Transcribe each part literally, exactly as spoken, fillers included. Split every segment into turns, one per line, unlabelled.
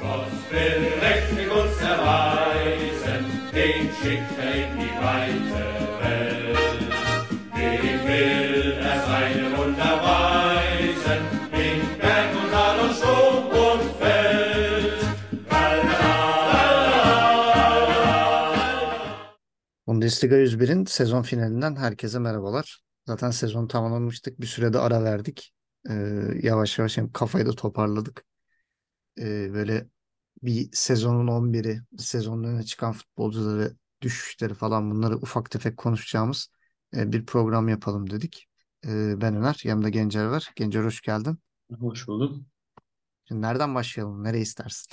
Gott will mächtig uns erweisen, den schickt er in die weite Welt. Dem will er seine Wunder weisen, in Berg und Tal und Sturm und Feld.
Bundesliga yüz birin sezon finalinden herkese merhabalar. Zaten sezonu tamamlamıştık. Bir sürede ara verdik. Ee, yavaş yavaş hem kafayı da toparladık. Ee, böyle bir sezonun on biri, sezonun öne çıkan futbolcuları, düşüşleri falan bunları ufak tefek konuşacağımız e, bir program yapalım dedik. Ee, ben Öner, yanımda Gencer var. Gencer hoş geldin.
Hoş bulduk.
Şimdi nereden başlayalım? Nereye istersin?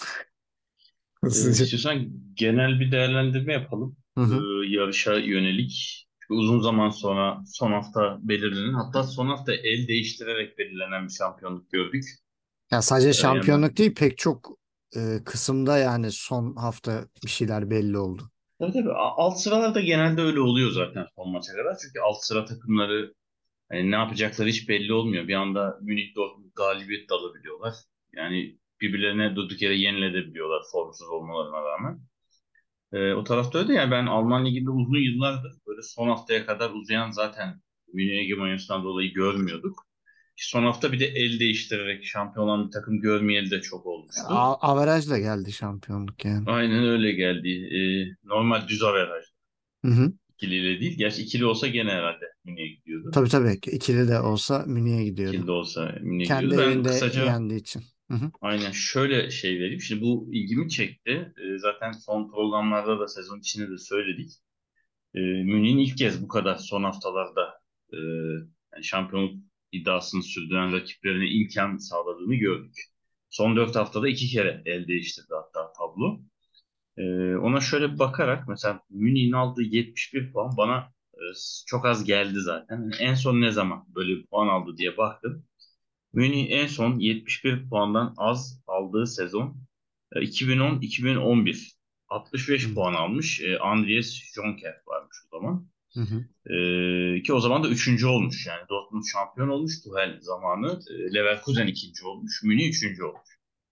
Ee,
Hızlıca.
istiyorsan genel bir değerlendirme yapalım.
Hı
Ee,
hı.
yarışa yönelik. Çünkü uzun zaman sonra son hafta belirlenen, hatta son hafta el değiştirerek belirlenen bir şampiyonluk gördük.
Ya sadece
Ee, yani
şampiyonluk değil pek çok e, kısımda yani son hafta bir şeyler belli oldu.
tabii tabii a- alt sıralarda genelde öyle oluyor zaten son maça kadar. Çünkü alt sıra takımları hani ne yapacakları hiç belli olmuyor. Bir anda Münih Dortmund galibiyet de alabiliyorlar. Yani birbirlerine durduk yere yenilebiliyorlar formsuz olmalarına rağmen. Ee, o tarafta öyle yani ben Alman Ligi'nde uzun yıllardır böyle son haftaya kadar uzayan zaten Münih hegemonyasından dolayı görmüyorduk. Son hafta bir de el değiştirerek şampiyon olan bir takım görmeyeli de çok olmuştu.
A averajla geldi şampiyonluk yani.
Aynen öyle geldi. Ee, normal düz averaj.
Hı hı.
İkiliyle değil. Gerçi ikili olsa gene herhalde Münih'e gidiyordu.
Tabii tabii. İkili de olsa Münih'e gidiyordu.
İkili de olsa Münih'e
Kendi
gidiyordu. Ben
evinde
kısaca
yendiği için. Hı hı.
aynen şöyle şey vereyim. Şimdi bu ilgimi çekti. Ee, zaten son programlarda da sezon içinde de söyledik. E, Münih'in ilk kez bu kadar son haftalarda e, yani şampiyonluk iddiasını sürdüren rakiplerine imkan sağladığını gördük. Son dört haftada iki kere el değiştirdi hatta tablo. E, ona şöyle bir bakarak mesela Münih'in aldığı yetmiş bir puan bana e, çok az geldi zaten. Yani en son ne zaman böyle bir puan aldı diye baktım. Münih en son yetmiş bir puandan az aldığı sezon e, iki bin on-iki bin on bir. altmış beş
Hı
puan almış. E, Andries Jonker varmış o zaman.
hı. Hı.
E, ki o zaman da üçüncü olmuş. Yani Dortmund şampiyon olmuş Tuchel zamanı. E, Leverkusen ikinci olmuş. Münih üçüncü olmuş.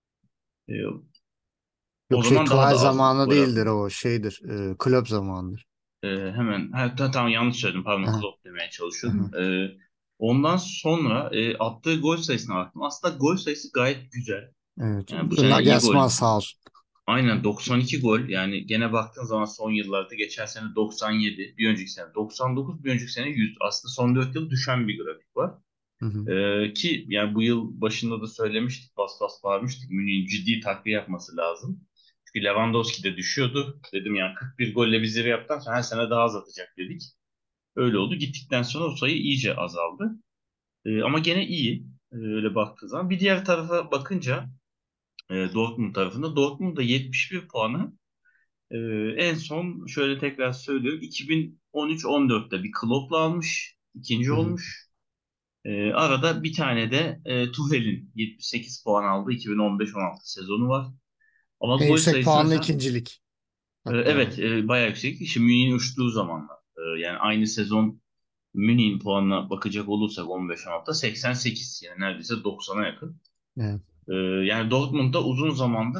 E, o
Yok şey
zaman daha
Tuval
da az
zamanı
gol
değildir
atmış.
o şeydir. E, kulüp zamanıdır.
E, hemen ha, ta- tamam yanlış söyledim. Pardon
Aha,
Klopp demeye
aha.
çalışıyordum. E, ondan sonra e, attığı gol sayısına baktım. Aslında gol sayısı gayet güzel.
Evet.
Yani bu sene iyi gol.
Nagelsmann sağ olsun.
Aynen doksan iki gol. Yani gene baktığın zaman son yıllarda geçen sene doksan yedi, bir önceki sene doksan dokuz, bir önceki sene yüz. Aslında son dört yıl düşen bir grafik var.
Hı hı.
Ee, ki yani bu yıl başında da söylemiştik, bas bas bağırmıştık. Münih'in ciddi takviye yapması lazım. Çünkü Lewandowski de düşüyordu. Dedim yani kırk bir golle bir zirve yaptıktan sonra her sene daha az atacak dedik. Öyle oldu. Gittikten sonra o sayı iyice azaldı. Ee, ama gene iyi. Ee, öyle baktığı zaman. Bir diğer tarafa bakınca e, Dortmund tarafında Dortmund'da yetmiş bir puanı ee, en son şöyle tekrar söylüyorum iki bin on üç on dörtte bir Klopp'la almış. İkinci
Hı hı.
olmuş. Ee, arada bir tane de e, Tuchel'in yetmiş sekiz puan aldığı iki bin on beş on altı sezonu var. Ama
En
gol
yüksek
sayısı
puanlı
mesela
ikincilik.
e,
Hatta.
evet e, bayağı yüksek. İşte Münih'in uçtuğu zamanlar. E, yani aynı sezon Münih'in puanına bakacak olursak on beş on altıda seksen sekiz yani neredeyse doksana yakın.
Evet.
E, yani Dortmund'da uzun zamandır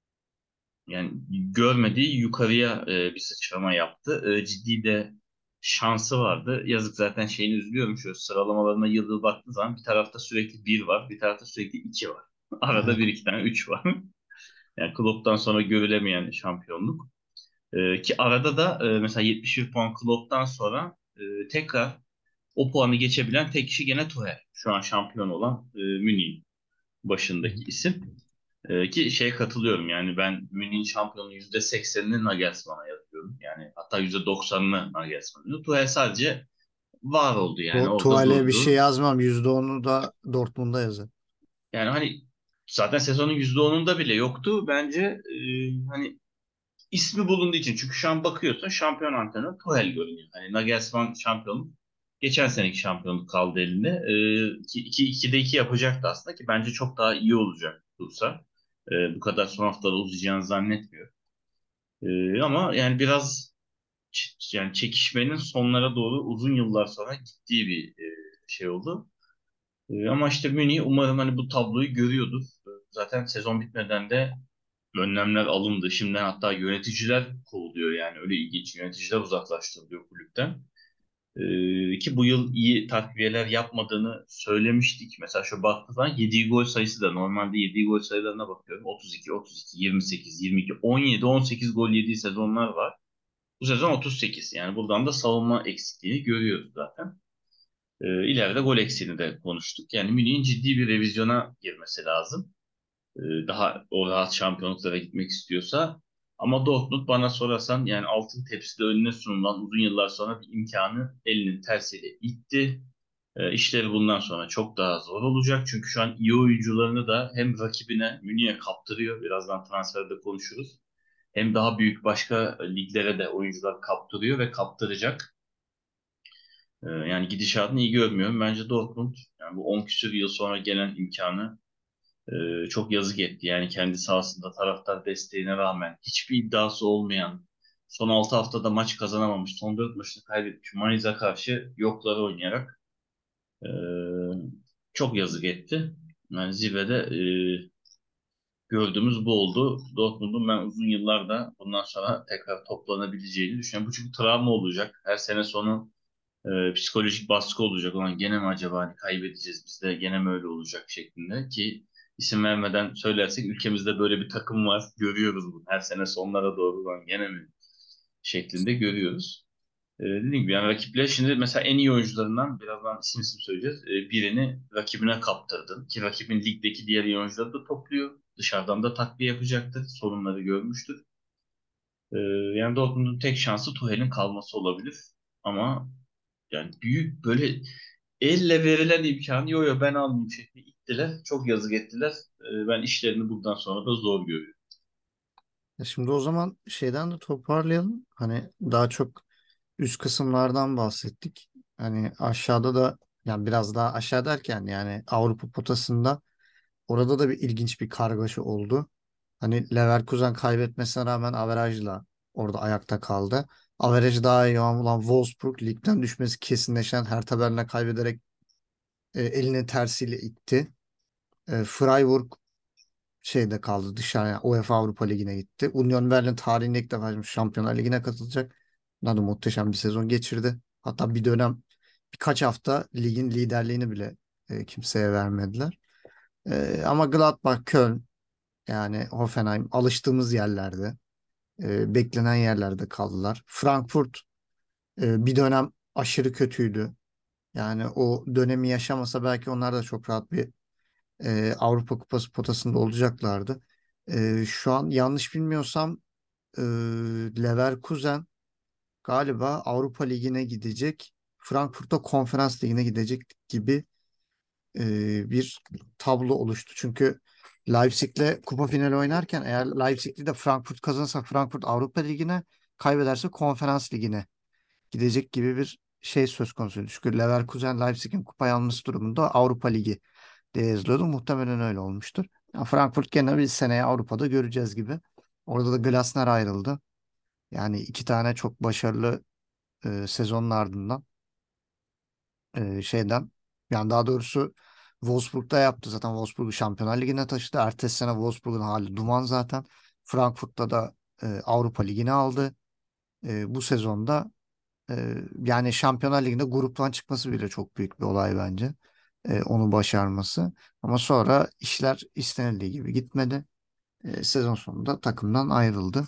yani görmediği yukarıya e, bir sıçrama yaptı. E, ciddi de şansı vardı. Yazık zaten şeyini üzülüyorum. Şöyle sıralamalarına yıl yıl baktığı zaman bir tarafta sürekli bir var, bir tarafta sürekli iki var. Arada
Evet.
bir iki tane üç var. Yani Klopp'tan sonra görülemeyen şampiyonluk. E, ki arada da e, mesela yetmiş bir puan Klopp'tan sonra e, tekrar o puanı geçebilen tek kişi gene Tuchel. Şu an şampiyon olan e, Münih'in
Hı hı.
başındaki isim. Ee, ki şeye katılıyorum yani ben Münih'in şampiyonu yüzde seksenini Nagelsmann'a yazıyorum. Yani hatta yüzde doksanını Nagelsmann'a. Tuchel sadece var oldu yani
Tu
orada
Tuval'e bir şey
durdu.
yazmam. yüzde onu da Dortmund'a yazar.
Yani hani zaten sezonun yüzde onunda bile yoktu. Bence e, hani ismi bulunduğu için. Çünkü şu an bakıyorsun şampiyon antrenör Tuchel görünüyor. Hani Nagelsmann şampiyonluk geçen seneki şampiyonluk kaldı elinde. Ee, iki, iki, ikide iki yapacaktı aslında ki bence çok daha iyi olacak dursa. Ee, bu kadar son haftada uzayacağını zannetmiyorum. Ee, ama yani biraz ç- yani çekişmenin sonlara doğru uzun yıllar sonra gittiği bir e, şey oldu. Ee, ama işte Münih umarım hani bu tabloyu görüyordur. Ee, Zaten sezon bitmeden de önlemler alındı. Şimdiden hatta yöneticiler kovuluyor, yani öyle ilginç, yöneticiler uzaklaştırılıyor kulüpten. Ee, ki bu yıl iyi takviyeler yapmadığını söylemiştik. Mesela şu baktığı zaman yediği gol sayısı da, normalde yediği gol sayılarına bakıyorum. otuz iki, otuz iki, yirmi sekiz, yirmi iki, on yedi, on sekiz gol yediği sezonlar var. Bu sezon otuz sekiz. Yani buradan da savunma eksikliğini görüyoruz zaten. Ee, ileride gol eksiğini de konuştuk. Yani Münih'in ciddi bir revizyona girmesi lazım. Ee, daha o rahat şampiyonluklara gitmek istiyorsa. Ama Dortmund, bana sorarsan, yani altın tepside önüne sunulan uzun yıllar sonra bir imkanı elinin tersiyle itti. E, işleri bundan sonra çok daha zor olacak. Çünkü şu an iyi oyuncularını da hem rakibine, Münih'e kaptırıyor. Birazdan transferde konuşuruz. Hem daha büyük başka liglere de oyuncular kaptırıyor ve kaptıracak. E, yani gidişatını iyi görmüyorum. Bence Dortmund, yani bu on küsur yıl sonra gelen imkanı e, çok yazık etti. Yani kendi sahasında taraftar desteğine rağmen hiçbir iddiası olmayan, son altı haftada maç kazanamamış, son dört maçını kaybetmiş Mainz'a karşı yokları oynayarak e, çok yazık etti. Yani zirvede e, gördüğümüz bu oldu. Dortmund'un ben uzun yıllarda bundan sonra tekrar toplanabileceğini düşünüyorum. Bu çünkü travma olacak. Her sene sonu e, psikolojik baskı olacak. Ulan gene mi acaba, hani kaybedeceğiz biz de, gene mi öyle olacak şeklinde, ki isim vermeden söylersek ülkemizde böyle bir takım var. Görüyoruz bunu. Her sene sonlara doğru ulan gene mi şeklinde görüyoruz. Ee, dediğim gibi, yani rakipler şimdi mesela en iyi oyuncularından, birazdan isim isim söyleyeceğiz. Ee, birini rakibine kaptırdın ki rakibin ligdeki diğer iyi oyuncuları da topluyor. Dışarıdan da takviye yapacaktır. Sorunları görmüştür. Ee, yani Dortmund'un tek şansı Tuchel'in kalması olabilir. Ama yani büyük böyle elle verilen imkanı, yo yo ben almayayım şeklinde ittiler. Çok yazık ettiler. Ee, ben işlerini buradan sonra da zor görüyorum.
Ya şimdi o zaman şeyden de toparlayalım. Hani daha çok üst kısımlardan bahsettik. Hani aşağıda da, yani biraz daha aşağı derken yani Avrupa potasında, orada da bir ilginç bir kargaşa oldu. Hani Leverkusen kaybetmesine rağmen averajla orada ayakta kaldı. Averaj daha iyi olan Wolfsburg ligden düşmesi kesinleşen Hertha Berlin'e kaybederek e, elini tersiyle itti. E, Freiburg şeyde kaldı, dışarıya UEFA Avrupa Ligi'ne gitti. Union Berlin tarihinde ilk defa şimdi Şampiyonlar Ligi'ne katılacak. Bunlar da muhteşem bir sezon geçirdi. Hatta bir dönem birkaç hafta ligin liderliğini bile e, kimseye vermediler. E, ama Gladbach, Köln, yani Hoffenheim alıştığımız yerlerde, e, beklenen yerlerde kaldılar. Frankfurt e, bir dönem aşırı kötüydü. Yani o dönemi yaşamasa belki onlar da çok rahat bir e, Avrupa Kupası potasında olacaklardı. E, şu an yanlış bilmiyorsam e, Leverkusen galiba Avrupa Ligi'ne gidecek. Frankfurt'ta Konferans Ligi'ne gidecek gibi e, bir tablo oluştu. Çünkü Leipzig'le kupa finali oynarken, eğer Leipzig'li de Frankfurt kazanırsa Frankfurt Avrupa Ligi'ne, kaybederse Konferans Ligi'ne gidecek gibi bir şey söz konusuydu. Çünkü Leverkusen Leipzig'in kupayı alması durumunda Avrupa Ligi diye yazılıyordu. Muhtemelen öyle olmuştur. Ya Frankfurt gene bir seneye Avrupa'da göreceğiz gibi. Orada da Glasner ayrıldı. Yani iki tane çok başarılı e, sezonun ardından e, şeyden, yani daha doğrusu Wolfsburg'da yaptı. Zaten Wolfsburg'u Şampiyonlar Ligi'ne taşıdı. Ertesi sene Wolfsburg'un hali duman zaten. Frankfurt'ta da e, Avrupa Ligi'ni aldı. E, bu sezonda e, yani Şampiyonlar Ligi'nde gruptan çıkması bile çok büyük bir olay bence. E, onu başarması. Ama sonra işler istenildiği gibi gitmedi. E, sezon sonunda takımdan ayrıldı.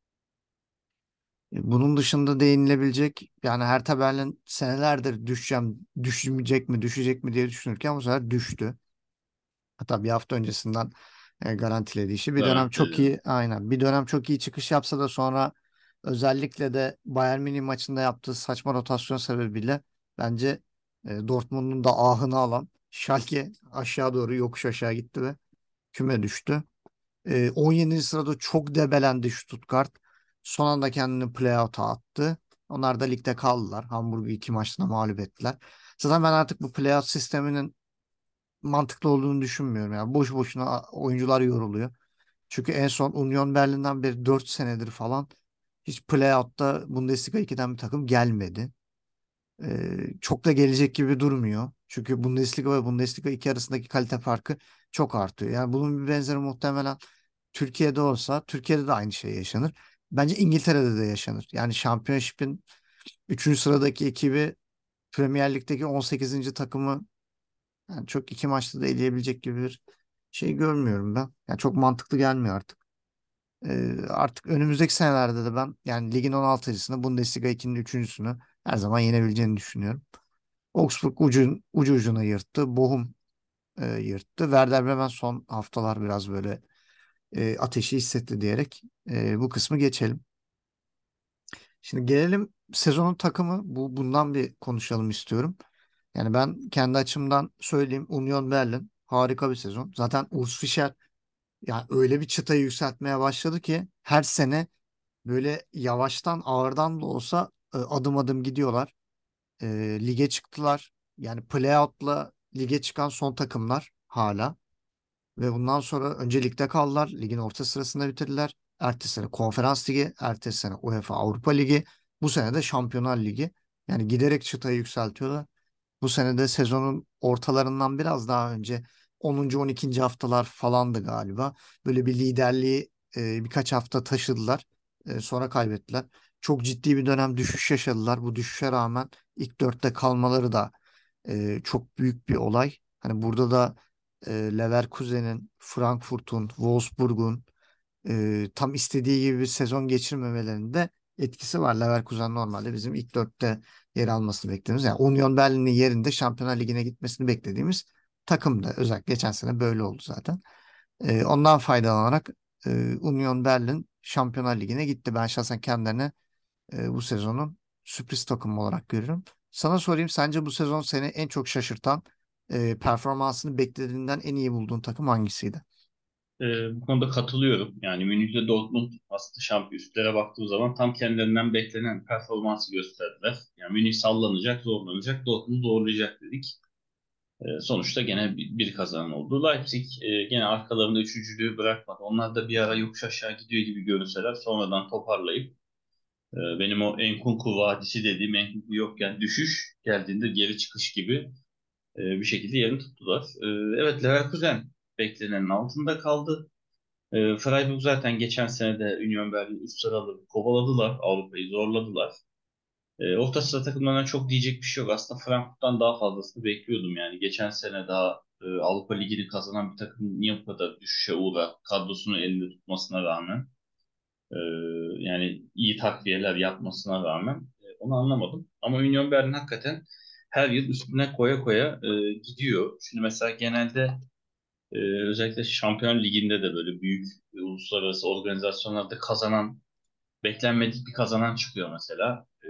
E, Bunun dışında değinilebilecek, yani Hertha Berlin senelerdir düşeceğim, düşmeyecek mi, düşecek mi diye düşünürken bu sefer düştü. Hatta bir hafta öncesinden e, garantilediği işi. Bir dönem çok
Garantiledim.
iyi, aynen. Bir dönem çok iyi çıkış yapsa da sonra özellikle de Bayern Münih maçında yaptığı saçma rotasyon sebebiyle bence e, Dortmund'un da ahını alan Schalke aşağı doğru yokuş aşağı gitti ve küme düştü. E, on yedinci sırada çok debelendi Stuttgart. Son anda kendini playout'a attı. Onlar da ligde kaldılar. Hamburg'u iki maçta mağlup ettiler. Zaten ben artık bu playout sisteminin mantıklı olduğunu düşünmüyorum. Yani boş boşuna oyuncular yoruluyor. Çünkü en son Union Berlin'den beri dört senedir falan hiç playout'ta Bundesliga ikiden bir takım gelmedi. Ee, çok da gelecek gibi durmuyor. Çünkü Bundesliga ve Bundesliga iki arasındaki kalite farkı çok artıyor. Yani bunun bir benzeri muhtemelen Türkiye'de olsa Türkiye'de de aynı şey yaşanır. Bence İngiltere'de de yaşanır. Yani Championship'in üçüncü sıradaki ekibi Premier Lig'deki on sekizinci takımı yani çok iki maçta da eleyebilecek gibi bir şey görmüyorum ben. Yani çok mantıklı gelmiyor artık. Ee, artık önümüzdeki senelerde de ben yani ligin on altıncısını Bundesliga ikinin üçüncüsünü her zaman yenebileceğini düşünüyorum. Augsburg ucu, ucu ucuna yırttı. Bochum e, yırttı. Werder Bremen son haftalar biraz böyle e, ateşi hissetti diyerek e, bu kısmı geçelim. Şimdi gelelim sezonun takımı. Bu bundan bir konuşalım istiyorum. Yani ben kendi açımdan söyleyeyim. Union Berlin harika bir sezon. Zaten Urs Fischer yani öyle bir çıtayı yükseltmeye başladı ki her sene böyle yavaştan ağırdan da olsa e, adım adım gidiyorlar. E, lige çıktılar. Yani playout'la lige çıkan son takımlar hala. Ve bundan sonra öncelikte kaldılar. Ligin orta sırasında bitirdiler. Ertesi sene Konferans Ligi, ertesi sene UEFA Avrupa Ligi, bu sene de Şampiyonlar Ligi. Yani giderek çıtayı yükseltiyorlar. Bu sene de sezonun ortalarından biraz daha önce onuncu. on ikinci haftalar falandı galiba. Böyle bir liderliği e, birkaç hafta taşıdılar. E, sonra kaybettiler. Çok ciddi bir dönem düşüş yaşadılar. Bu düşüşe rağmen ilk dörtte kalmaları da e, çok büyük bir olay. Hani burada da e, Leverkusen'in, Frankfurt'un, Wolfsburg'un e, tam istediği gibi bir sezon geçirmemelerinde etkisi var. Leverkusen normalde bizim ilk dörtte yer almasını beklediğimiz, yani Union Berlin'in yerinde Şampiyonlar Ligi'ne gitmesini beklediğimiz takımdı. Özellikle geçen sene böyle oldu zaten. E, ondan faydalanarak e, Union Berlin Şampiyonlar Ligi'ne gitti. Ben şahsen kendilerine e, bu sezonun sürpriz takımı olarak görüyorum. Sana sorayım, sence bu sezon seni en çok şaşırtan, e, performansını beklediğinden en iyi bulduğun takım hangisiydi?
Ee, bu konuda katılıyorum. Yani Münih'le Dortmund aslında şampiyon üstlere baktığım zaman tam kendilerinden beklenen performansı gösterdiler. Yani Münih sallanacak, zorlanacak, Dortmund zorlayacak dedik. Ee, sonuçta gene bir, bir kazanan oldu. Leipzig e, gene arkalarında üçüncülüğü bırakmadı. Onlar da bir ara yokuş aşağı gidiyor gibi görünseler sonradan toparlayıp e, benim o Enkunku vadisi dediğim Enkunku yokken düşüş geldiğinde geri çıkış gibi e, bir şekilde yerini tuttular. E, evet, Leverkusen beklenenin altında kaldı. E, Freiburg zaten geçen sene de Union Berlin üst sıraları kovaladılar. Avrupa'yı zorladılar. E, orta sıra takımlarına çok diyecek bir şey yok. Aslında Frankfurt'tan daha fazlasını bekliyordum yani. Geçen sene daha e, Avrupa Ligi'ni kazanan bir takım niye bu kadar düşüşe uğrar? Kadrosunu elinde tutmasına rağmen. e, Yani iyi takviyeler yapmasına rağmen e, onu anlamadım. Ama Union Berlin hakikaten her yıl üstüne koya koya e, gidiyor. Şimdi mesela genelde ee, özellikle Şampiyonlar Ligi'nde de böyle büyük e, uluslararası organizasyonlarda kazanan, beklenmedik bir kazanan çıkıyor mesela. Ee,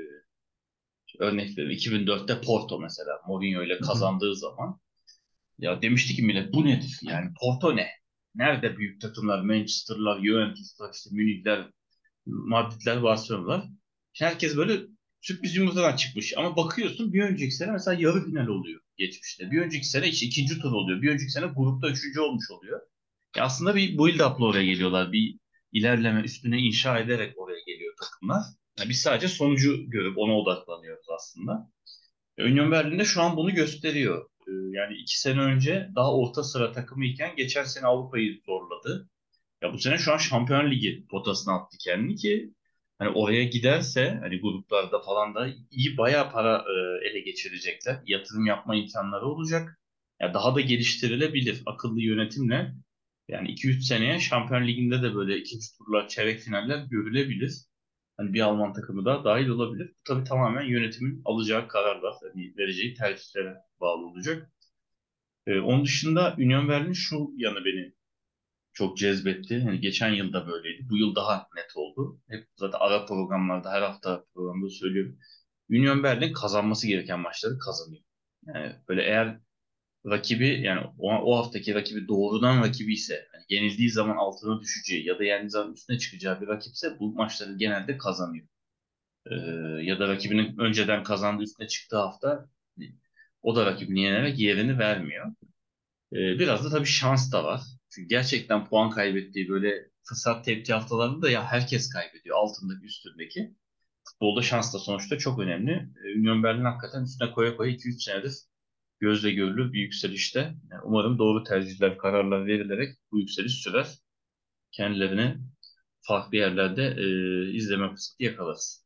örnek veriyorum, iki bin dörtte Porto mesela Mourinho ile
Hı hı.
kazandığı zaman ya demişti ki millet bu nedir? Yani Porto ne? Nerede büyük takımlar? Manchester'lar, Juventus'lar, işte Münihler, Madridler, Barcelona'lar. Şimdi herkes böyle sürpriz yumurtadan çıkmış. Ama bakıyorsun bir önceki sene mesela yarı final oluyor geçmişte. Bir önceki sene işte ikinci tur oluyor. Bir önceki sene grupta üçüncü olmuş oluyor. Ya aslında bir build-up'la oraya geliyorlar. Bir ilerleme üstüne inşa ederek oraya geliyor takımlar. Ya biz sadece sonucu görüp ona odaklanıyoruz aslında. Union Berlin de şu an bunu gösteriyor. Ee, Yani iki sene önce daha orta sıra takımı iken geçen sene Avrupa'yı zorladı. Ya bu sene şu an Şampiyonlar Ligi potasına attı kendini ki hani oraya giderse hani gruplarda falan da iyi bayağı para e, ele geçirecekler. Yatırım yapma imkanları olacak. Ya daha da geliştirilebilir akıllı yönetimle. Yani iki üç seneye Şampiyon Ligi'nde de böyle ikinci turlar, çeyrek finaller görülebilir. Hani bir Alman takımı da dahil olabilir. Bu tabii tamamen yönetimin alacağı kararlar, hani vereceği tercihlere bağlı olacak. Ee, onun dışında Union Berlin şu yanı beni çok cezbetti. Yani geçen yıl da böyleydi. Bu yıl daha net oldu. Hep zaten ara programlarda her hafta programda söylüyorum. Union Berlin kazanması gereken maçları kazanıyor. Yani böyle eğer rakibi yani o, o haftaki rakibi doğrudan rakibi ise yani yenildiği zaman altına düşeceği ya da yendiği zaman üstüne çıkacağı bir rakipse bu maçları genelde kazanıyor. Ee, Ya da rakibinin önceden kazandığı üstüne çıktığı hafta o da rakibini yenerek yerini vermiyor. Ee, biraz da tabii şans da var. Çünkü gerçekten puan kaybettiği böyle fırsat tepki haftalarında da ya herkes kaybediyor. Altındaki üstündeki. Futbolda şans da sonuçta çok önemli. Ee, Union Berlin hakikaten üstüne koya koya iki üç senedir gözle görülür bir yükselişte. Yani umarım doğru tercihler, kararlar verilerek bu yükseliş sürer. kendilerini farklı yerlerde e, izleme fırsatı yakalarız.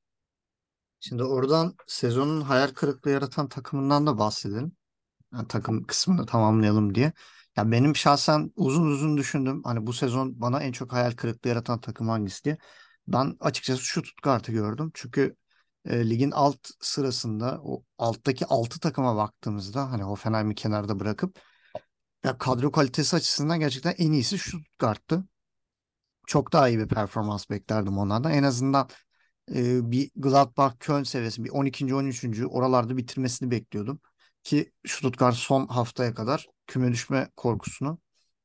Şimdi oradan sezonun hayal kırıklığı yaratan takımından da bahsedelim. Yani takım kısmını tamamlayalım diye. Ya benim şahsen uzun uzun düşündüm. Hani bu sezon bana en çok hayal kırıklığı yaratan takım hangisi diye. Ben açıkçası şu Stuttgart'ı gördüm. Çünkü e, ligin alt sırasında o alttaki altı takıma baktığımızda hani Hoffenheim'i kenarda bırakıp ya kadro kalitesi açısından gerçekten en iyisi Stuttgart'tı. Çok daha iyi bir performans beklerdim onlardan. En azından e, bir Gladbach, Köln seviyesi bir on ikinci. on üçüncü oralarda bitirmesini bekliyordum. Ki Stuttgart son haftaya kadar küme düşme korkusunu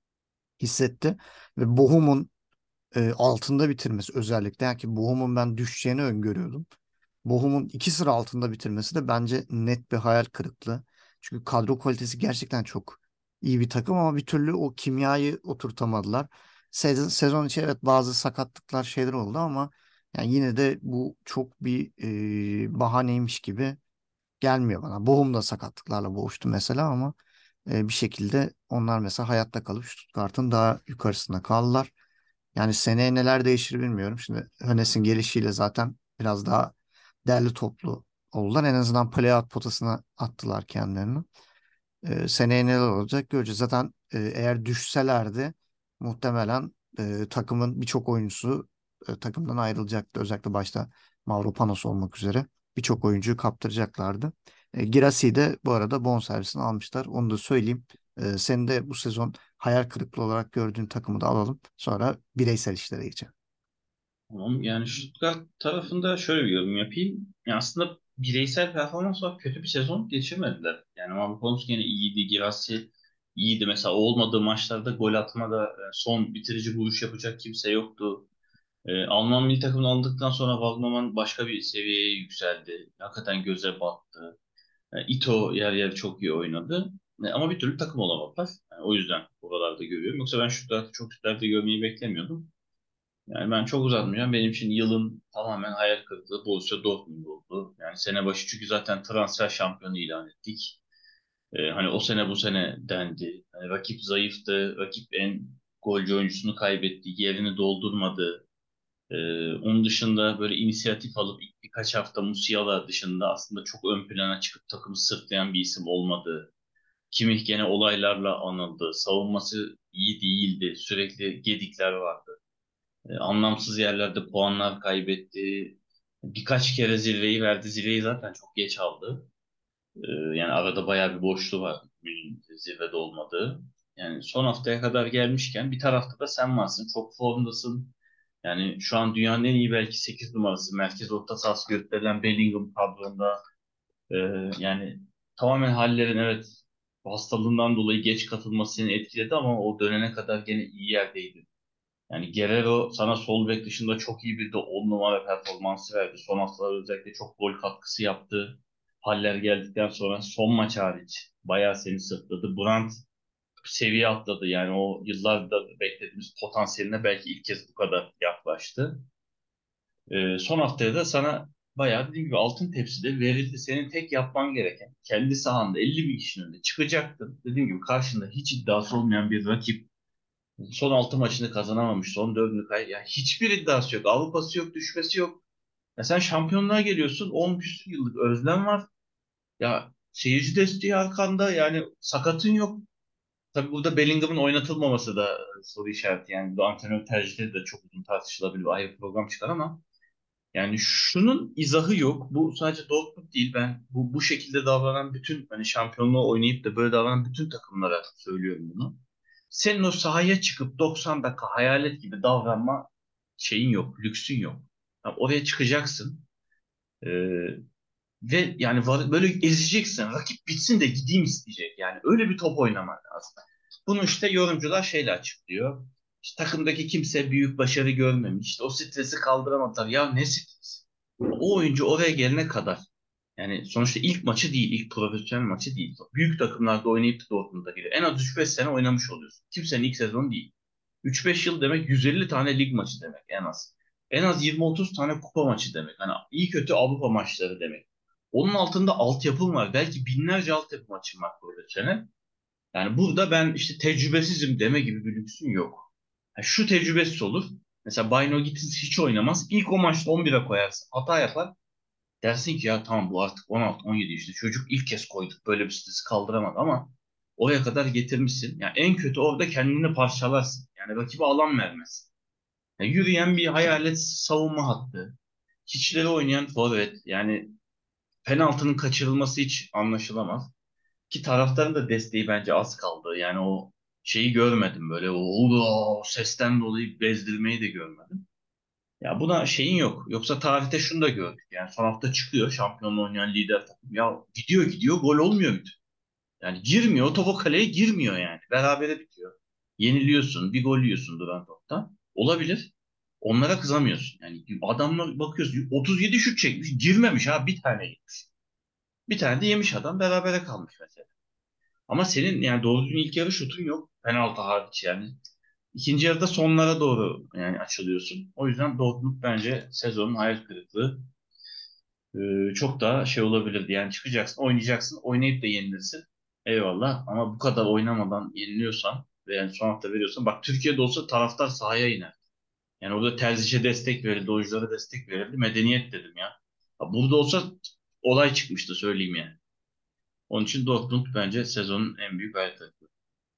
hissetti. Ve Bochum'un e, altında bitirmesi özellikle. Yani ki Bochum'un ben düşeceğini öngörüyordum. Bochum'un iki sıra altında bitirmesi de bence net bir hayal kırıklığı. Çünkü kadro kalitesi gerçekten çok iyi bir takım ama bir türlü o kimyayı oturtamadılar. Sezon, sezon içi evet bazı sakatlıklar şeyler oldu ama yani yine de bu çok bir e, bahaneymiş gibi gelmiyor bana. Bochum da sakatlıklarla boğuştu mesela ama e, bir şekilde onlar mesela hayatta kalıp Stuttgart'ın daha yukarısında kaldılar. Yani seneye neler değişir bilmiyorum. Şimdi Hönes'in gelişiyle zaten biraz daha derli toplu oldular. En azından play-out potasına attılar kendilerini. Ee, seneye neler olacak göreceğiz. Zaten e, eğer düşselerdi muhtemelen e, takımın birçok oyuncusu e, takımdan ayrılacaktı. Özellikle başta Mavropanos olmak üzere birçok oyuncuyu kaptıracaklardı. E, Girassi de bu arada bonservisini almışlar. Onu da söyleyeyim. E, senin de bu sezon hayal kırıklığı olarak gördüğün takımı da alalım. Sonra bireysel işlere geçelim.
Tamam. Yani Stuttgart tarafında şöyle bir yorum yapayım. Ya aslında bireysel performans olarak kötü bir sezon geçirmediler. Yani Mavropanos gene iyiydi. Girassi iyiydi. Mesela o olmadığı maçlarda gol atmada e, son bitirici vuruş yapacak kimse yoktu. E, Alman milli takımını aldıktan sonra Wagnerman başka bir seviyeye yükseldi. Hakikaten göze battı. E, Ito yer yer çok iyi oynadı. E, ama bir türlü takım olamadılar. Yani o yüzden buralarda görüyorum. Yoksa ben Stuttgart'ı çok üstlerde görmeyi beklemiyordum. Yani ben çok uzatmayacağım. Benim için yılın tamamen hayal kırıklığı Borussia Dortmund oldu. Yani sene başı çünkü zaten transfer şampiyonu ilan ettik. Ee, hani o sene bu sene dendi. Hani rakip zayıftı. Rakip en golcü oyuncusunu kaybetti. Yerini doldurmadı. Ee, onun dışında böyle inisiyatif alıp ilk birkaç hafta Musiala dışında aslında çok ön plana çıkıp takımı sırtlayan bir isim olmadı. Kimmich gene olaylarla anıldı. Savunması iyi değildi. Sürekli gedikler vardı. E, anlamsız yerlerde puanlar kaybetti. Birkaç kere zirveyi verdi. Zirveyi zaten çok geç aldı. E, yani arada bayağı bir boşluğu var. Münih'in zirvede olmadığı. Yani son haftaya kadar gelmişken bir tarafta da sen varsın. Çok formdasın. Yani şu an dünyanın en iyi belki sekiz numarası. Merkez orta sahası gösterilen Bellingham kadronda. E, yani tamamen hallerin evet hastalığından dolayı geç katılması seni etkiledi ama o dönene kadar gene iyi yerdeydi. Yani Guerrero sana sol bek dışında çok iyi bir de on numara performansı verdi. Son haftalar özellikle çok gol katkısı yaptı. Haller geldikten sonra son maç hariç bayağı seni sırtladı. Brandt seviye atladı. Yani o yıllarda beklediğimiz potansiyeline belki ilk kez bu kadar yaklaştı. Ee, son haftaya da sana bayağı dediğim gibi altın tepside verildi. Senin tek yapman gereken kendi sahanda elli bin kişinin önünde çıkacaktın. Dediğim gibi karşında hiç iddiası olmayan bir rakip. Son altı maçını kazanamamış. Son dördünü kay. Ya hiçbir iddiası yok. Avrupa'sı yok, düşmesi yok. Ya sen şampiyonluğa geliyorsun. on küsur yıllık özlem var. Ya seyirci desteği arkanda. Yani sakatın yok. Tabii burada Bellingham'ın oynatılmaması da e, soru işareti. Yani bu antrenör tercihleri de çok uzun tartışılabilir. Ayrı program çıkar ama yani şunun izahı yok. Bu sadece Dortmund değil. Ben bu bu şekilde davranan bütün hani şampiyonluğu oynayıp da böyle davranan bütün takımlara söylüyorum bunu. Senin o sahaya çıkıp doksan dakika hayalet gibi davranma şeyin yok, lüksün yok. Yani oraya çıkacaksın. Ee, ve yani var- böyle ezeceksin. Rakip bitsin de gideyim isteyecek. Yani öyle bir top oynaman lazım. Bunu işte yorumcular şeyle açıklıyor. İşte takımdaki kimse büyük başarı görmemiş. İşte o stresi kaldıramadılar. Ya ne stres? O oyuncu oraya gelene kadar yani sonuçta ilk maçı değil, ilk profesyonel maçı değil. Büyük takımlarda oynayıp da Dortmund'a geliyor. En az üç beş sene oynamış oluyorsun. Kimsenin ilk sezonu değil. üç beş yıl demek yüz elli tane lig maçı demek en az. En az yirmi otuz tane kupa maçı demek. Hani iyi kötü Avrupa maçları demek. Onun altında altyapım var. Belki binlerce altyapı maçım var profesyonel. Yani burada ben işte tecrübesizim deme gibi bir lüksün yok. Ha, şu tecrübesiz olur. Mesela Bayno Gittins hiç oynamaz. İlk o maçta on bire koyarsın. Hata yapar. Dersin ki ya tamam bu artık on altı on yedi işte. Çocuk ilk kez koyduk. Böyle bir stresi kaldıramadı ama oraya kadar getirmişsin. Yani en kötü orada kendini parçalarsın. Yani rakibe alan vermez. Yani yürüyen bir hayalet savunma hattı. Hiçleri oynayan forvet. Yani penaltının kaçırılması hiç anlaşılamaz. Ki taraftarın da desteği bence az kaldı. Yani o şeyi görmedim böyle. O, o sesten dolayı bezdirmeyi de görmedim. Ya buna şeyin yok. Yoksa tarihte şunu da gördük. Yani son hafta çıkıyor şampiyonla oynayan lider takım. Ya gidiyor gidiyor gol olmuyor bir türlü. Yani girmiyor. O top o kaleye girmiyor yani. Berabere bitiyor. Yeniliyorsun. Bir gol yiyorsun duran topta. Olabilir. Onlara kızamıyorsun. Yani adamlar bakıyorsun otuz yedi şut çekmiş. Girmemiş ha. Bir tane yemiş. Bir tane de yemiş adam. Berabere kalmış mesela. Ama senin yani doğru düzgün ilk yarı şutun yok. Penaltı hariç yani. İkinci yarıda sonlara doğru yani açılıyorsun. O yüzden Dortmund bence sezonun hayal kırıklığı. Ee, çok daha şey olabilirdi. Yani çıkacaksın, oynayacaksın, oynayıp da yenilirsin. Eyvallah. Ama bu kadar oynamadan yeniliyorsan ve yani son hafta veriyorsan bak Türkiye'de olsa taraftar sahaya iner. Yani orada Terzic'e destek verildi, oyunculara destek verildi. Medeniyet dedim ya. Ha, burada olsa olay çıkmıştı söyleyeyim yani. Onun için Dortmund bence sezonun en büyük hayal kırıklığı.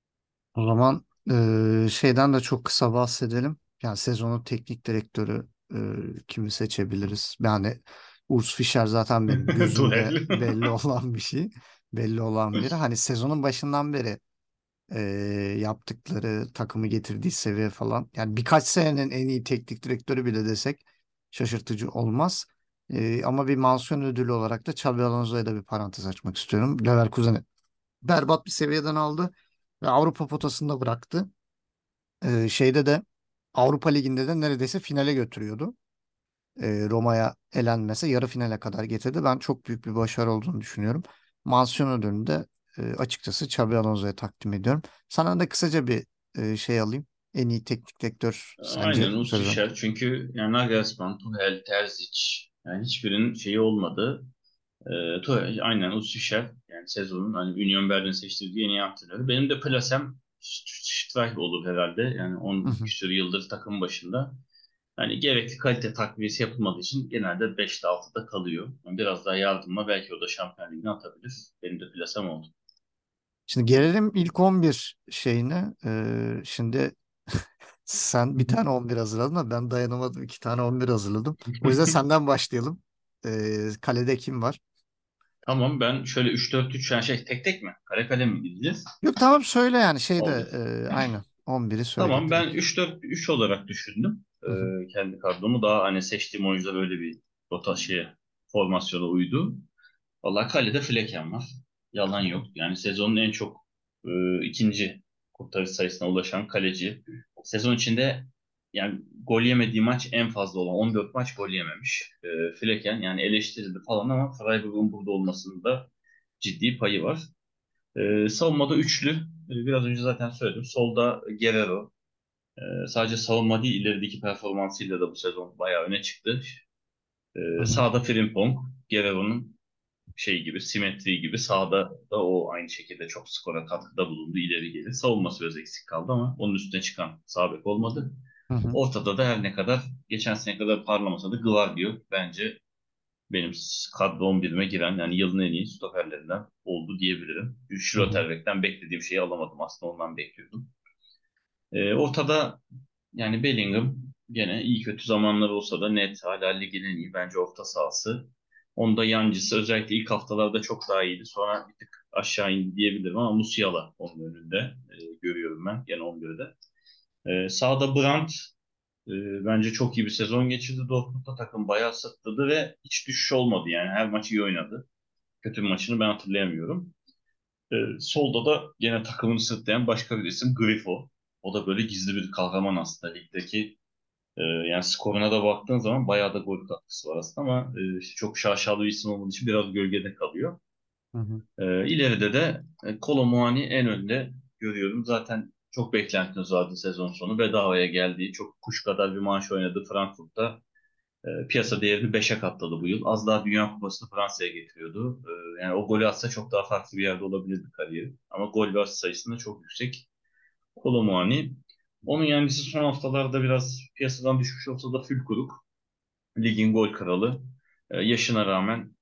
O zaman eee, şeyden de çok kısa bahsedelim. Yani sezonun teknik direktörü eee, kimi seçebiliriz? Yani Urs Fischer zaten benim gözümde
Tuhel.
belli olan bir şey. Belli olan biri. Hani sezonun başından beri eee, yaptıkları, takımı getirdiği seviye falan. Yani birkaç senenin en iyi teknik direktörü bile desek şaşırtıcı olmaz. Eee, ama bir mansiyon ödülü olarak da Xabi Alonso'ya da bir parantez açmak istiyorum. Leverkusen'i berbat bir seviyeden aldı ve Avrupa potasında bıraktı. Ee, şeyde de Avrupa Ligi'nde de neredeyse finale götürüyordu. Ee, Roma'ya elenmese yarı finale kadar getirdi. Ben çok büyük bir başarı olduğunu düşünüyorum. Mansiyon ödülünü de e, açıkçası Xabi Alonso'ya takdim ediyorum. Sana da kısaca bir e, şey alayım. En iyi teknik direktör
Aynen
sence bu sezon?
Ustüşer. Çünkü yani Nagelsmann, Tuchel, Terzic yani hiçbirinin şeyi olmadı. Ee, Tuchel, aynen Ustüşer. Yani sezonun hani Union Berlin seçtirdiği en iyi antrenörü. Benim de plasem Streich olur herhalde. Yani
Hı
on
hı,
küsur yıldır takım başında. Hani gerekli kalite takviyesi yapılmadığı için genelde beşte altıda kalıyor. Yani biraz daha yardımla belki o da Şampiyon Ligi'ne atabilir. Benim de plasem oldu.
Şimdi gelelim ilk on bir şeyine. Ee, şimdi sen bir tane on bir hazırladın ama ben dayanamadım. İki tane on bir hazırladım. O yüzden senden başlayalım. Ee, kalede kim var?
Tamam ben şöyle üç dört üç yani şey tek tek mi? Kare kare mi gideceğiz?
Yok tamam söyle yani şeyde
Oldu.
e, aynen on biri söyle
Tamam ben
direkt.
üç dört üç olarak düşündüm.
Hı hı,
Ee, kendi kadromu daha hani seçtiğim oyuncular öyle bir rota şeye, formasyona uydu. Vallahi kalede Flecken var. Yalan yok. Yani sezonun en çok e, ikinci kurtarış sayısına ulaşan kaleci. Sezon içinde yani gol yemediği maç en fazla olan on dört maç gol yememiş. E, Flecken yani eleştirildi falan ama Freiburg'un burada olmasının da ciddi payı var. E, savunmada üçlü. E, biraz önce zaten söyledim. Solda Guerrero. E, sadece savunma değil ilerideki performansıyla da bu sezon bayağı öne çıktı.
hı
E,
hı,
sağda Frimpong. Guerrero'nun şey gibi, simetri gibi sağda da o aynı şekilde çok skora katkıda bulundu. İleri gelir. Savunması biraz eksik kaldı ama onun üstüne çıkan sağ bek olmadı.
hı hı,
Ortada da her ne kadar geçen sene kadar parlamasa da Gvardiol bence benim kadro on birime giren yani yılın en iyi stoperlerinden oldu diyebilirim.
hı hı,
Schlotterbeck'ten beklediğim şeyi alamadım. Aslında ondan bekliyordum. Ee, ortada yani Bellingham gene iyi kötü zamanlar olsa da net hala ligin en iyi bence orta sahası. Onda yancısı özellikle ilk haftalarda çok daha iyiydi. Sonra bir tık aşağı indi diyebilirim ama Musiala onun önünde e, görüyorum ben gene on birde. E, sağda Brandt e, bence çok iyi bir sezon geçirdi. Dortmund'da takım bayağı sırtladı ve hiç düşüş olmadı yani her maçı iyi oynadı. Kötü bir maçını ben hatırlayamıyorum. E, solda da gene takımını sırtlayan başka bir isim Grifo. O da böyle gizli bir kahraman aslında ligdeki. Ee, yani skoruna da baktığın zaman bayağı da gol katkısı var aslında ama e, işte çok şaşalı bir isim olmadığı için biraz gölgede kalıyor.
hı hı,
Ee, ileride de e, Kolo Muani en önde görüyorum. Zaten çok beklentiniz vardı sezon sonu. Bedavaya geldiği, çok kuş kadar bir maaş oynadı Frankfurt'ta. E, piyasa değerini beşe katladı bu yıl. Az daha Dünya Kupası'nı Fransa'ya getiriyordu. E, yani o golü atsa çok daha farklı bir yerde olabilirdi kariyeri. Ama gol ve asist sayısında çok yüksek. Kolo Muani. Onun yancısı son haftalarda biraz piyasadan düşmüş olsa da Fülkuruk. Ligin gol kralı. Ee, yaşına rağmen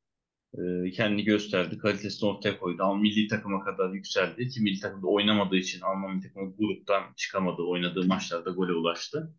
e, kendini gösterdi. Kalitesini ortaya koydu. Ama milli takıma kadar yükseldi. Ki milli takımda oynamadığı için Alman milli takımı gruptan çıkamadı. Oynadığı maçlarda gole ulaştı.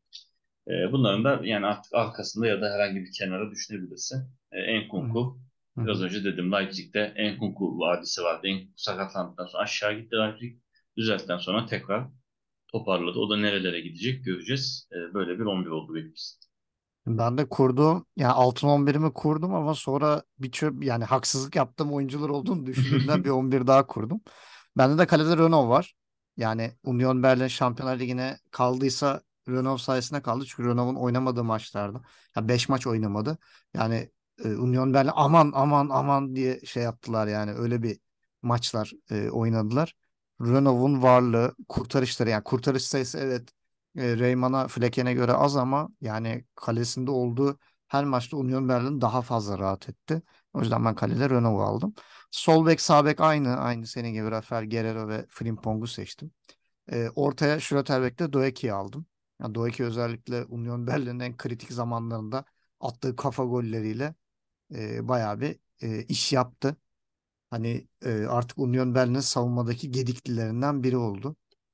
E, bunların da yani artık arkasında ya da herhangi bir kenara düşünebilirsin. E,
Hı hı.
Nkunku,
Hı
biraz
hı.
önce dedim Leipzig'te Nkunku vadisi vardı. Nkunku sakatlandıktan sonra aşağı gitti Leipzig. Düzelttikten sonra tekrar toparladı. O da nerelere gidecek göreceğiz. E, böyle bir on bir oldu benim için.
Ben de kurduğum yani altın on birimi kurdum ama sonra bir çöp yani haksızlık yaptığım oyuncular olduğunu düşündüğümden bir on bir daha kurdum. Bende de kalede Renault var. Yani Union Berlin Şampiyonlar Ligi'ne kaldıysa Renault sayesinde kaldı. Çünkü Renault'un oynamadığı maçlarda. Ya beş maç oynamadı. Yani e, Union Berlin aman aman aman diye şey yaptılar yani öyle bir maçlar e, oynadılar. Renault'un varlığı, kurtarışları yani kurtarış sayısı evet e, Reymann'a, Flecken'e göre az ama yani kalesinde olduğu her maçta Union Berlin daha fazla rahat etti. O yüzden ben kalede Renault'u aldım. Sol bek, sağ bek aynı. Aynı senin gibi Rafael Guerreiro ve Frimpong'u seçtim. E, ortaya Schlotterbeck'te Doeki'yi aldım. Yani Doeki özellikle Union Berlin'in en kritik zamanlarında attığı kafa golleriyle e, bayağı bir e, iş yaptı. Hani e, artık Union Berlin'in savunmadaki gediklilerinden biri oldu.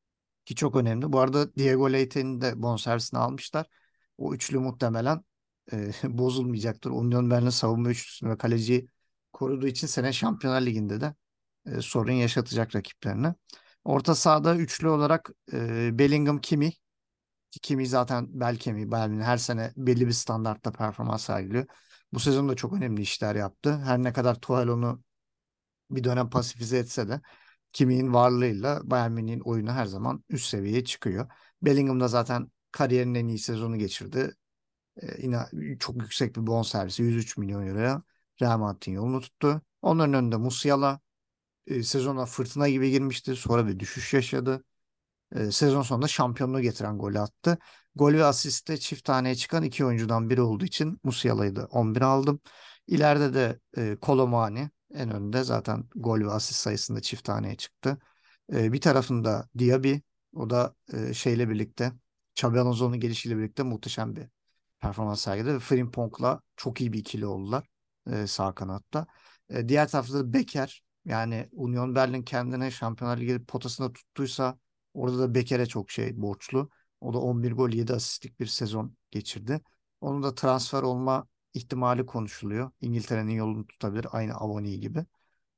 Ki çok önemli. Bu arada Diego Leite'nin de bonservisini almışlar. O üçlü muhtemelen e, bozulmayacaktır. Union Berlin savunma üçlüsünü ve kaleciyi koruduğu için sene Şampiyonlar Ligi'nde de e, sorun yaşatacak rakiplerine. Orta sahada üçlü olarak e, Bellingham, Kimi. Ki Kimi zaten bel kemiği. Bayern Münih her sene belli bir standartta performans sergiliyor. Bu sezon da çok önemli işler yaptı. Her ne kadar Tuchel onu bir dönem pasifize etse de Kimmih'in varlığıyla Bayern Münih'in oyunu her zaman üst seviyeye çıkıyor. Bellingham da zaten kariyerinin en iyi sezonu geçirdi. Ee, yine çok yüksek bir bonservisi yüz üç milyon euroya Real Madrid'in yolunu tuttu. Onların önünde Musiala e, sezona fırtına gibi girmişti. Sonra bir düşüş yaşadı. E, sezon sonunda şampiyonluğu getiren golü attı. Gol ve asiste çift taneye çıkan iki oyuncudan biri olduğu için Musiala'yı da on bir aldım. İleride de e, Kolo Muani en önde zaten gol ve asist sayısında çift taneye çıktı. E, bir tarafında Diaby o da e, şeyle birlikte Xabi Alonso'nun gelişiyle birlikte muhteşem bir performans sergiledi ve Frimpong'la çok iyi bir ikili oldular e, sağ kanatta. E, diğer tarafta da Becker yani Union Berlin kendine Şampiyonlar Ligi potasında tuttuysa orada da Becker'e çok şey borçlu. O da on bir gol yedi asistlik bir sezon geçirdi. Onun da transfer olma ihtimali konuşuluyor. İngiltere'nin yolunu tutabilir aynı Avoni gibi.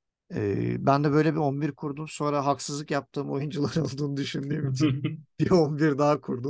Ee, ben de böyle bir on bir kurdum. Sonra haksızlık yaptığım oyuncular olduğunu düşündüğüm için bir on bir daha kurdum.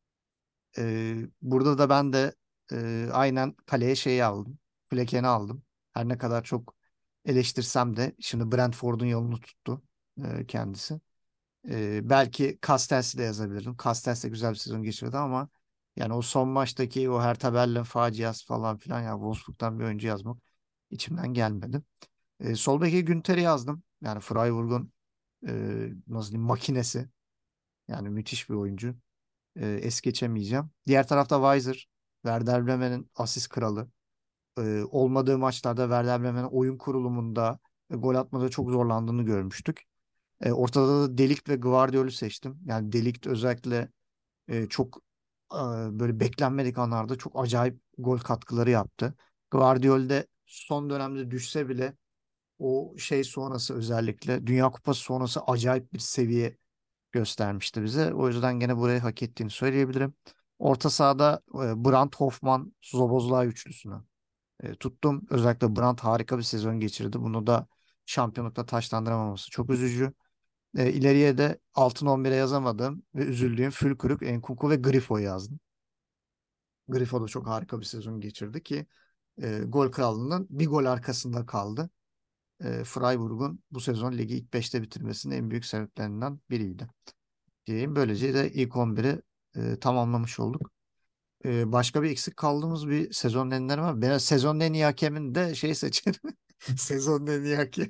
Ee, burada da ben de e, aynen kaleye şeyi aldım. Fleken'i aldım. Her ne kadar çok eleştirsem de şimdi Brentford'un yolunu tuttu e, kendisi. Ee, belki Castells'i de yazabilirdim. Castells de güzel bir sezon geçirdi ama yani o son maçtaki o Hertha Berlin faciası falan filan ya Wolfsburg'dan bir oyuncu yazmak içimden gelmedi. Ee, sol beke Günter'i yazdım. Yani Freiburg'un e, nasıl diyeyim makinesi. Yani müthiş bir oyuncu. Ee, es geçemeyeceğim. Diğer tarafta Weiser. Werder Bremen'in asist kralı. Ee, olmadığı maçlarda Werder Bremen'in oyun kurulumunda e, gol atmada çok zorlandığını görmüştük. E, ortada da Delikt ve Gvardiol'u seçtim. Yani Delikt özellikle e, çok e, böyle beklenmedik anlarda çok acayip gol katkıları yaptı. Gvardiol de son dönemde düşse bile o şey sonrası özellikle Dünya Kupası sonrası acayip bir seviye göstermişti bize. O yüzden gene burayı hak ettiğini söyleyebilirim. Orta sahada e, Brandt, Hoffman, Szoboszlai üçlüsünü e, tuttum. Özellikle Brandt harika bir sezon geçirdi. Bunu da şampiyonlukla taçlandıramaması çok üzücü. E, ileriye de altın on bire yazamadım ve üzüldüğüm Fülkrug, Enkunku ve Grifo yazdım. Grifo da çok harika bir sezon geçirdi ki e, gol krallığının bir gol arkasında kaldı. E, Freiburg'un bu sezon ligi ilk beşte bitirmesinin en büyük sebeplerinden biriydi. Diyeyim. Böylece de ilk on biri e, tamamlamış olduk. E, başka bir eksik kaldığımız bir sezon enleri var. Ben sezon en iyi hakemin de şey seçerim. Sezon en iyi hakem.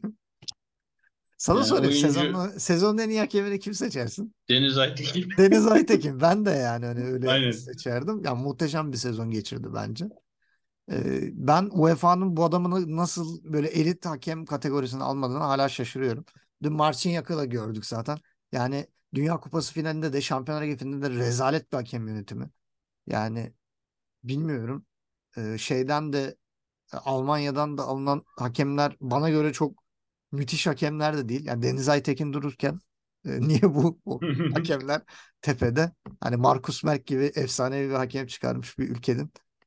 Sana
Yani
sorayım.
oyuncu
Sezonun, sezonun en iyi hakemini kim seçersin?
Deniz Aytekin.
Deniz Aytekin. Ben de yani hani öyle
Aynen.
seçerdim. Ya muhteşem bir sezon geçirdi bence. Ee, ben U E F A'nın bu adamını nasıl böyle elit hakem kategorisine almadığını hala şaşırıyorum. Dün Marcinyak'ı da gördük zaten. Yani Dünya Kupası finalinde de Şampiyonlar Ligi finalinde de rezalet bir hakem yönetimi. Yani bilmiyorum. Ee, şeyden de e, Almanya'dan da alınan hakemler bana göre çok müthiş hakemler de değil. Yani Deniz Aytekin dururken e, niye bu, bu hakemler tepede? Hani Markus Merk gibi efsanevi bir hakem çıkarmış bir ülkenin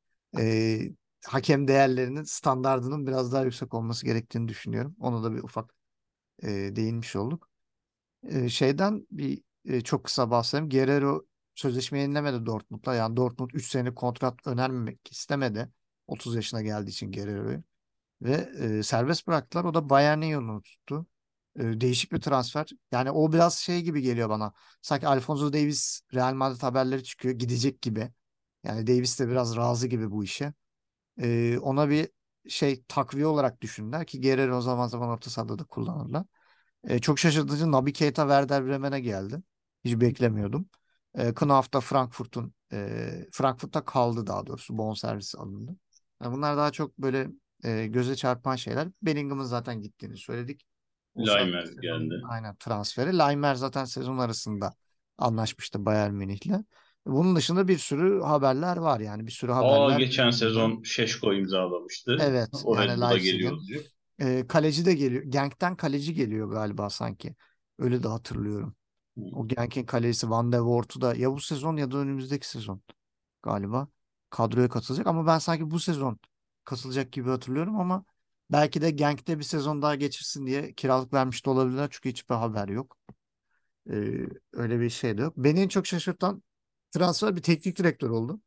e, hakem değerlerinin standardının biraz daha yüksek olması gerektiğini düşünüyorum. Onu da bir ufak e, değinmiş olduk. E, şeyden bir e, çok kısa bahsedeyim. Guerrero sözleşme yenilemedi Dortmund'la. Yani Dortmund üç senelik kontrat önermemek istemedi. otuz yaşına geldiği için Guerrero'yu. Ve e, serbest bıraktılar. O da Bayern'in yolunu tuttu. E, değişik bir transfer. Yani o biraz şey gibi geliyor bana. Sanki Alphonso Davies Real Madrid haberleri çıkıyor. Gidecek gibi. Yani Davies de biraz razı gibi bu işe. E, ona bir şey takviye olarak düşündüler ki Guerrero o zaman zaman orta sahada da kullanırlar. E, çok şaşırtıcı Naby Keita Werder Bremen'e geldi. Hiç beklemiyordum. E, Knauf da Frankfurt'un e, Frankfurt'ta kaldı daha doğrusu. Bonservis alındı. Yani bunlar daha çok böyle e, göze çarpan şeyler. Bellingham'ın zaten gittiğini söyledik. O zaten
Laimer
sezonun
geldi.
aynen transferi. Laimer zaten sezon arasında anlaşmıştı Bayern Münih'le. Bunun dışında bir sürü haberler var yani bir sürü
Aa,
haberler
geçen
gündemde.
sezon Şeşko imzalamıştı.
Evet
O
yani
Red Bull'a geliyor
Leipzig'in.
olacak.
E, kaleci de geliyor. Genk'ten kaleci geliyor galiba sanki. Öyle de hatırlıyorum. O Genk'in kalecisi Van de Voort'u da ya bu sezon ya da önümüzdeki sezon galiba kadroya katılacak. Ama ben sanki bu sezon katılacak gibi hatırlıyorum ama belki de Genk'te bir sezon daha geçirsin diye kiralık vermiş de olabilirler. Çünkü hiçbir haber yok. E, öyle bir şey de yok. Beni en çok şaşırtan transfer bir teknik direktör oldu.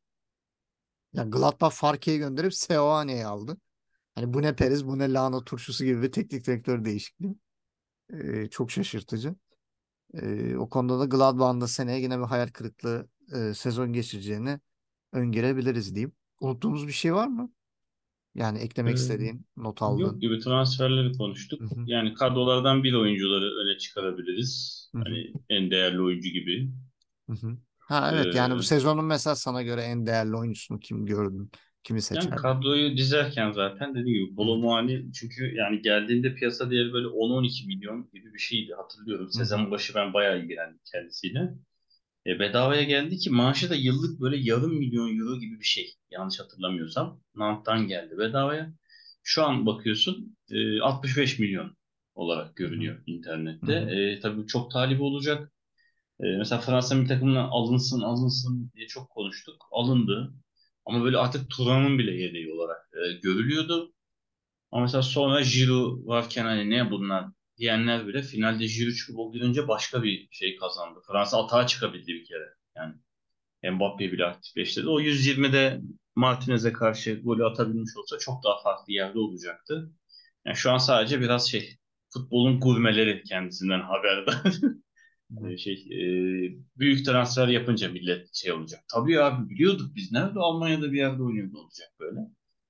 Yani Gladbach Farke'yi gönderip Seoane'yi aldı. Hani bu ne Perez bu ne lahana turşusu gibi bir teknik direktör değişikliği. Ee, çok şaşırtıcı. Ee, o konuda da Gladbach'ın da seneye yine bir hayal kırıklığı e, sezon geçireceğini öngörebiliriz diyeyim. Unuttuğumuz bir şey var mı? Yani eklemek
Ee,
istediğin, not
Yok
aldığın.
gibi transferleri
Hı
konuştuk.
hı,
Yani kadrolardan bir oyuncuları öne çıkarabiliriz.
hı hı,
Hani en değerli oyuncu gibi.
hı hı. Ha evet yani bu
Ee,
sezonun mesela sana göre en değerli oyuncusunu kim gördün? Kimi
Yani
seçerdin?
kadroyu dizerken zaten dediğim gibi
Hı hı,
Kolo çünkü yani geldiğinde piyasa değeri böyle on on iki milyon gibi bir şeydi hatırlıyorum.
hı hı,
Sezon başı ben bayağı ilgilendim kendisiyle. E, bedavaya geldi ki maaşı da yıllık böyle yarım milyon euro gibi bir şey. Yanlış hatırlamıyorsam. Nant'tan geldi bedavaya. Şu an bakıyorsun e, altmış beş milyon olarak
hı hı,
görünüyor
hı
internette.
hı,
E, tabii çok talibi olacak. E, mesela Fransa milli takımına alınsın alınsın diye çok konuştuk. Alındı. Ama böyle artık Thuram'ın bile yedeği olarak e, görülüyordu. Ama mesela sonra Giroud varken hani ne bunlar diyenler bile finalde Giroud çıkıp o girince başka bir şey kazandı. Fransa atağa çıkabildi bir kere. Yani Mbappe bile aktifleştirdi. O yüz yirmide Martinez'e karşı golü atabilmiş olsa çok daha farklı yerde olacaktı. Yani şu an sadece biraz şey futbolun gurmeleri kendisinden haberdar.
hı hı.
Hani şey e, büyük transfer yapınca millet şey olacak. Tabii abi biliyorduk biz nerede Almanya'da bir yerde oynuyordu olacak böyle.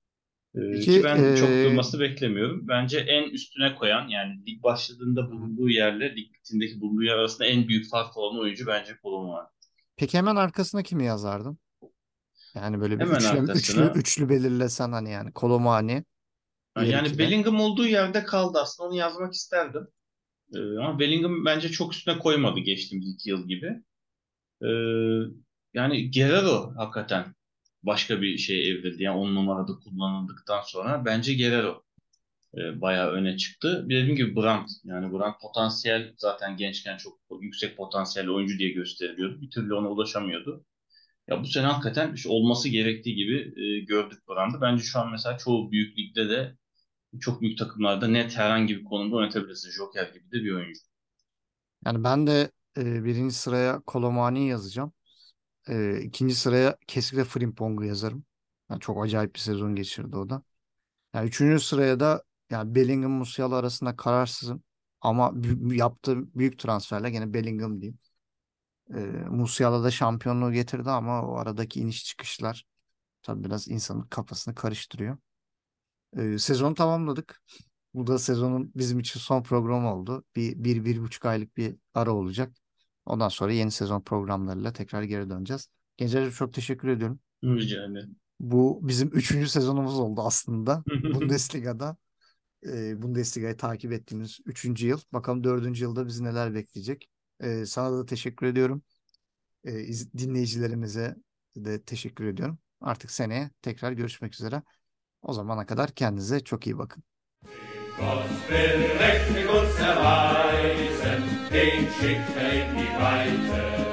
E, ki
Peki
ben çok
e,
durmasını beklemiyorum. Bence en üstüne koyan yani lig başladığında
hı hı.
bulunduğu yerle lig bittiğindeki bulunduğu yer arasında en büyük fark olan oyuncu bence Kolomuani.
Peki hemen arkasına kimi yazardın? Yani böyle bir
Hemen
üçlü üçlü
arkasına
üçlü belirlesen hani yani Kolomani diğer
yani
ikili.
Bellingham olduğu yerde kaldı aslında onu yazmak isterdim. Ee, ama Bellingham bence çok üstüne koymadı geçtiğimiz iki yıl gibi. Ee, Yani Guerrero hakikaten başka bir şey evrildi. Yani on numarada kullanıldıktan sonra bence Guerrero e, bayağı öne çıktı. Bir dediğim gibi Brandt yani Brandt potansiyel zaten gençken çok yüksek potansiyelli oyuncu diye gösteriliyordu. Bir türlü ona ulaşamıyordu. Ya bu sene hakikaten işte olması gerektiği gibi e, gördük Brandt'ı. Bence şu an mesela çoğu büyük ligde de çok büyük takımlarda net herhangi bir konumda oynatabilirsin. Joker gibi de bir oyuncu.
Yani ben de e, birinci sıraya Kolomani yazacağım. E, ikinci sıraya kesinlikle Frimpong'u yazarım. Yani çok acayip bir sezon geçirdi o da. Yani üçüncü sıraya da yani Bellingham Musiala arasında kararsızım. Ama bü- yaptığı büyük transferle gene Bellingham diyeyim. E, Musiala da şampiyonluğu getirdi ama o aradaki iniş çıkışlar tabii biraz insanın kafasını karıştırıyor. E, sezonu tamamladık. Bu da sezonun bizim için son programı oldu. Bir, bir, bir buçuk aylık bir ara olacak. Ondan sonra yeni sezon programlarıyla tekrar geri döneceğiz. Gençler çok teşekkür ediyorum.
Rica ederim.
Bu bizim üçüncü sezonumuz oldu aslında. Bundesliga'da. E, Bundesliga'yı takip ettiğimiz üçüncü yıl. Bakalım dördüncü yılda bizi neler bekleyecek. Ee, sana da teşekkür ediyorum. Ee, iz- dinleyicilerimize de teşekkür ediyorum. Artık seneye tekrar görüşmek üzere. O zamana kadar kendinize çok iyi bakın.
Gott will Recht uns erweisen, den schickt er in die Weite